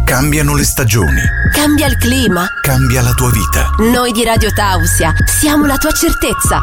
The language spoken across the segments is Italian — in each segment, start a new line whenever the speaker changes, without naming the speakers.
Cambiano le stagioni.
Cambia il clima.
Cambia la tua vita.
Noi di Radio Tausia siamo la tua certezza.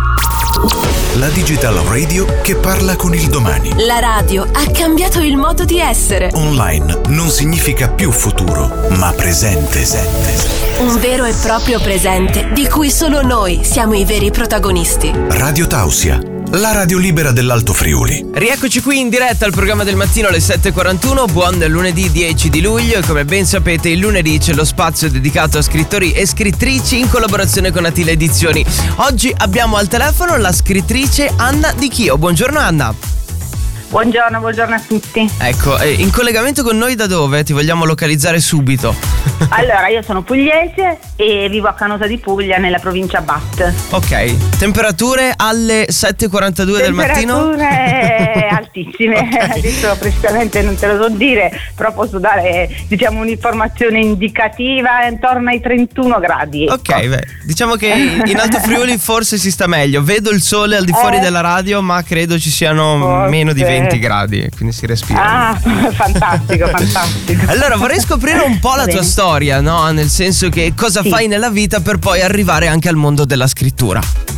La Digital Radio che parla con il domani.
La radio ha cambiato il modo di essere.
Online non significa più futuro, ma presente.
Un vero e proprio presente di cui solo noi siamo i veri protagonisti.
Radio Tausia, la radio libera dell'Alto Friuli.
Rieccoci qui in diretta al programma del mattino alle 7.41. Buon lunedì 10 di luglio. E come ben sapete, il lunedì c'è lo spazio dedicato a scrittori e scrittrici in collaborazione con Atila Edizioni. Oggi abbiamo al telefono la scrittrice Anna Di Chio. Buongiorno Anna.
Buongiorno a tutti.
Ecco, in collegamento con noi da dove? Ti vogliamo localizzare subito.
Allora, io sono pugliese e vivo a Canosa di Puglia, nella provincia Bat.
Ok, temperature alle 7.42 del mattino?
Temperature altissime. Okay. Adesso precisamente non te lo so dire, però posso dare, diciamo, un'informazione indicativa intorno ai 31 gradi.
Ok, beh, diciamo che in Alto Friuli forse si sta meglio. Vedo il sole al di fuori della radio, ma credo ci siano meno di 20 gradi, quindi si respira.
Ah, fantastico.
Allora, vorrei scoprire un po' la tua storia, no? Nel senso che cosa fai nella vita per poi arrivare anche al mondo della scrittura.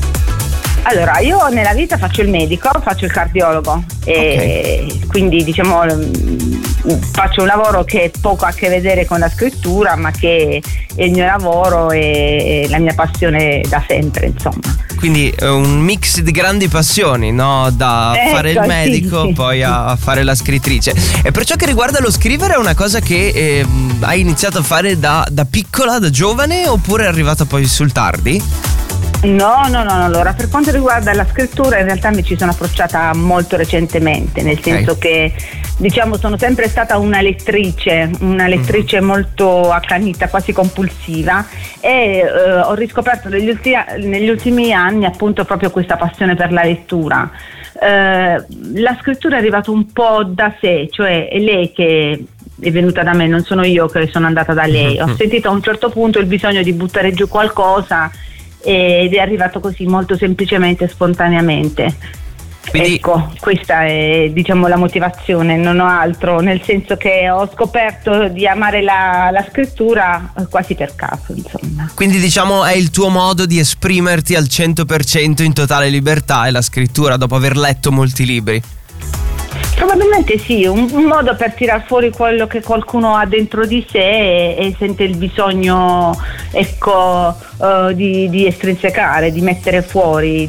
Allora, io nella vita faccio il medico, faccio il cardiologo e quindi diciamo faccio un lavoro che poco ha a che vedere con la scrittura, ma che è il mio lavoro e la mia passione da sempre, insomma.
Quindi un mix di grandi passioni, no? Da fare il medico sì. Poi a fare la scrittrice. E per ciò che riguarda lo scrivere è una cosa che hai iniziato a fare da piccola, da giovane, oppure è arrivata poi sul tardi?
No, allora per quanto riguarda la scrittura in realtà mi ci sono approcciata molto recentemente, nel senso che diciamo sono sempre stata una lettrice molto accanita, quasi compulsiva, e ho riscoperto negli ultimi anni appunto proprio questa passione per la lettura. La scrittura è arrivata un po' da sé, cioè è lei che è venuta da me, non sono io che sono andata da lei. Ho sentito a un certo punto il bisogno di buttare giù qualcosa ed è arrivato così molto semplicemente, spontaneamente. Quindi, ecco, questa è diciamo la motivazione, non ho altro, nel senso che ho scoperto di amare la scrittura quasi per caso, insomma.
Quindi diciamo è il tuo modo di esprimerti al 100% in totale libertà, è la scrittura dopo aver letto molti libri?
Probabilmente sì, un modo per tirar fuori quello che qualcuno ha dentro di sé e sente il bisogno, ecco, di estrinsecare, di mettere fuori,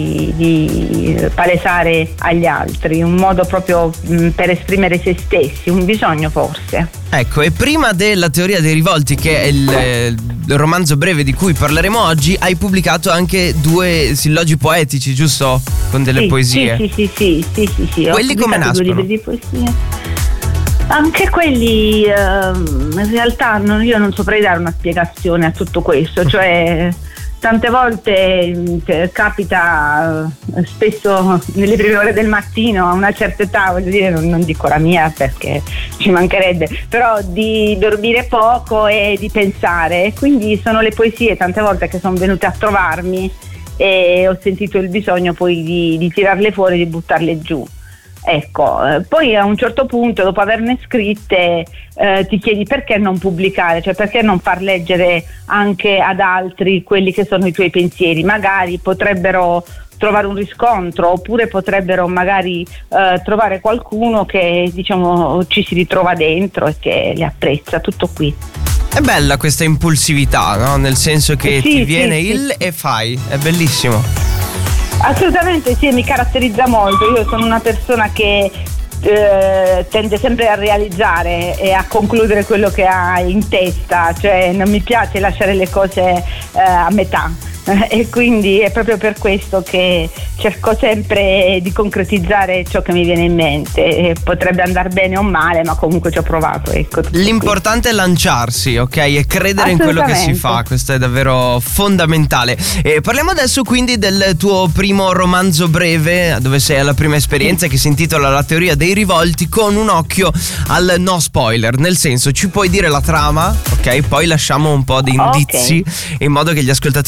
di palesare agli altri, un modo proprio per esprimere se stessi, un bisogno forse.
Ecco, e prima della teoria dei rivolti, che è il romanzo breve di cui parleremo oggi, hai pubblicato anche 2 sillogi poetici, giusto? Con delle poesie.
Sì.
Quelli come nascono?
2 libri di poesie. Anche quelli, in realtà io non saprei dare una spiegazione a tutto questo, cioè tante volte capita, spesso nelle prime ore del mattino, a una certa età, voglio dire, non dico la mia perché ci mancherebbe, però di dormire poco e di pensare, quindi sono le poesie tante volte che sono venute a trovarmi e ho sentito il bisogno poi di tirarle fuori, di buttarle giù. Ecco, poi a un certo punto, dopo averne scritte, ti chiedi perché non pubblicare, cioè perché non far leggere anche ad altri quelli che sono i tuoi pensieri, magari potrebbero trovare un riscontro, oppure potrebbero magari trovare qualcuno che diciamo ci si ritrova dentro e che li apprezza, tutto qui.
È bella questa impulsività, no? Nel senso che ti viene e fai, è bellissimo.
Assolutamente sì, mi caratterizza molto. Io sono una persona che tende sempre a realizzare e a concludere quello che ha in testa, cioè non mi piace lasciare le cose a metà. E quindi è proprio per questo che cerco sempre di concretizzare ciò che mi viene in mente. Potrebbe andare bene o male, ma comunque ci ho provato, ecco.
L'importante è lanciarsi, ok? E credere in quello che si fa. Questo è davvero fondamentale. Parliamo adesso quindi del tuo primo romanzo breve, dove sei alla prima esperienza, che si intitola La teoria dei rivolti, con un occhio al no spoiler. Nel senso, ci puoi dire la trama, ok? Poi lasciamo un po' di indizi in modo che gli ascoltatori e le ascoltatrici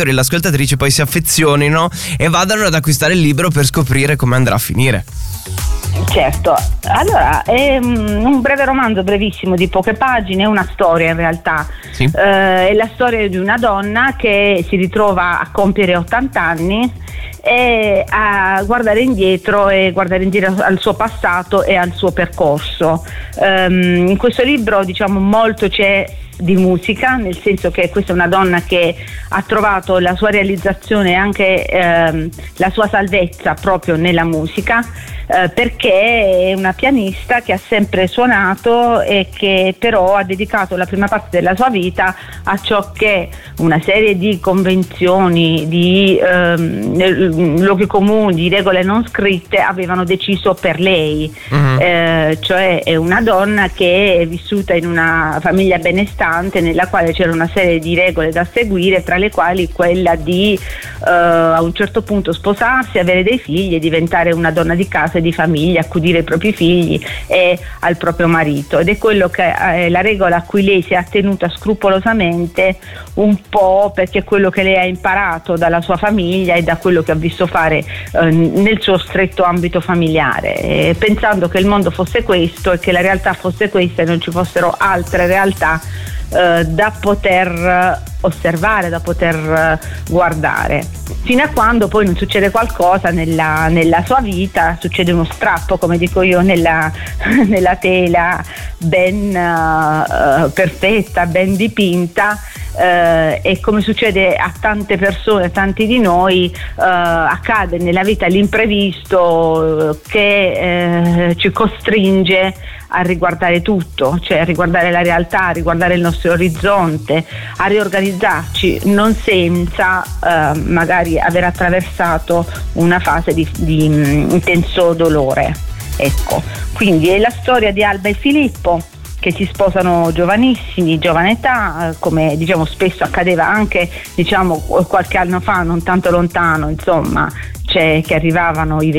ascoltatrici poi si affezionino e vadano ad acquistare il libro per scoprire come andrà a finire.
Certo, allora è un breve romanzo brevissimo di poche pagine, una storia in realtà,
sì.
È la storia di una donna che si ritrova a compiere 80 anni e a guardare indietro al suo passato e al suo percorso. In questo libro diciamo molto c'è di musica, nel senso che questa è una donna che ha trovato la sua realizzazione e anche la sua salvezza proprio nella musica, perché è una pianista che ha sempre suonato e che però ha dedicato la prima parte della sua vita a ciò che una serie di convenzioni, di luoghi comuni, di regole non scritte avevano deciso per lei. Cioè è una donna che è vissuta in una famiglia benestante nella quale c'era una serie di regole da seguire, tra le quali quella di a un certo punto sposarsi, avere dei figli e diventare una donna di casa e di famiglia, accudire i propri figli e al proprio marito, ed è quello che è la regola a cui lei si è attenuta scrupolosamente, un po' perché è quello che lei ha imparato dalla sua famiglia e da quello che ha visto fare nel suo stretto ambito familiare, pensando che il mondo fosse questo e che la realtà fosse questa e non ci fossero altre realtà da poter osservare, da poter guardare, fino a quando poi non succede qualcosa nella sua vita, succede uno strappo, come dico io, nella tela ben perfetta, ben dipinta, e come succede a tante persone, a tanti di noi, accade nella vita l'imprevisto che ci costringe a riguardare tutto, cioè a riguardare la realtà, a riguardare il nostro orizzonte, a riorganizzarci, non senza magari aver attraversato una fase di intenso dolore. Ecco, quindi è la storia di Alba e Filippo che si sposano giovanissimi, giovane età, come diciamo spesso accadeva anche qualche anno fa, non tanto lontano, insomma, che arrivavano i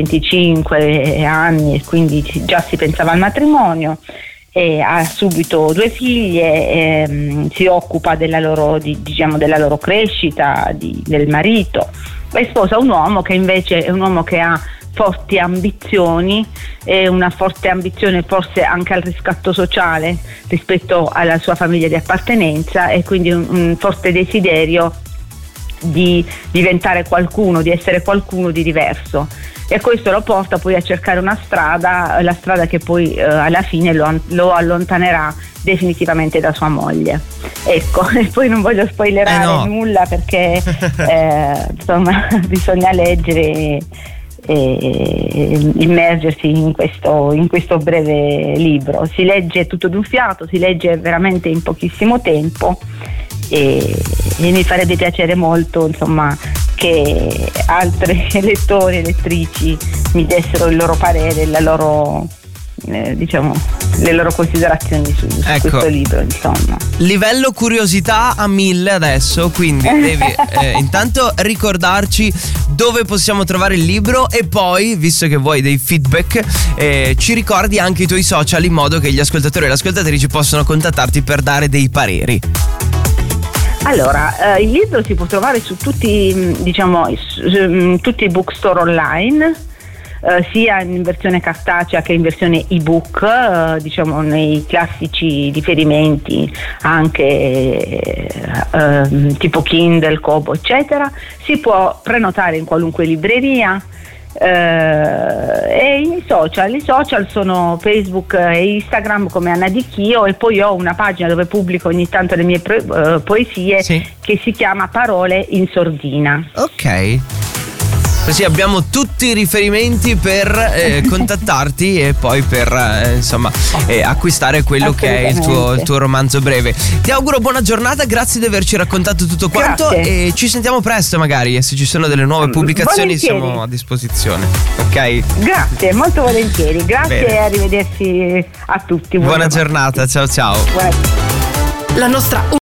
25 anni e quindi già si pensava al matrimonio. E ha subito 2 figlie, si occupa della loro crescita, del marito, e sposa un uomo che invece è un uomo che ha forti ambizioni e una forte ambizione forse anche al riscatto sociale rispetto alla sua famiglia di appartenenza, e quindi un forte desiderio di diventare qualcuno, di essere qualcuno di diverso, e questo lo porta poi a cercare la strada che poi alla fine lo allontanerà definitivamente da sua moglie. Ecco, e poi non voglio spoilerare nulla perché insomma bisogna leggere e immergersi in questo breve libro. Si legge tutto d'un fiato, si legge veramente in pochissimo tempo, e mi farebbe piacere molto, insomma, che altri lettori e lettrici mi dessero il loro parere, le loro considerazioni su questo libro, insomma.
Livello curiosità a 1000 adesso, quindi devi intanto ricordarci dove possiamo trovare il libro, e poi, visto che vuoi dei feedback, ci ricordi anche i tuoi social in modo che gli ascoltatori e le ascoltatrici possono contattarti per dare dei pareri.
Allora, il libro si può trovare su tutti i bookstore online, sia in versione cartacea che in versione ebook, nei classici riferimenti anche tipo Kindle, Kobo, eccetera. Si può prenotare in qualunque libreria. E i social sono Facebook e Instagram come Anna Di Chio, e poi ho una pagina dove pubblico ogni tanto le mie poesie, sì, che si chiama Parole in Sordina.
Ok, così abbiamo tutti i riferimenti per contattarti e poi per acquistare quello che è il tuo romanzo breve. Ti auguro buona giornata, grazie di averci raccontato tutto quanto, e ci sentiamo presto magari, e se ci sono delle nuove pubblicazioni siamo a disposizione. Ok?
Grazie, molto volentieri. Grazie. Bene. E arrivederci a tutti.
Buona giornata, ciao ciao.
La nostra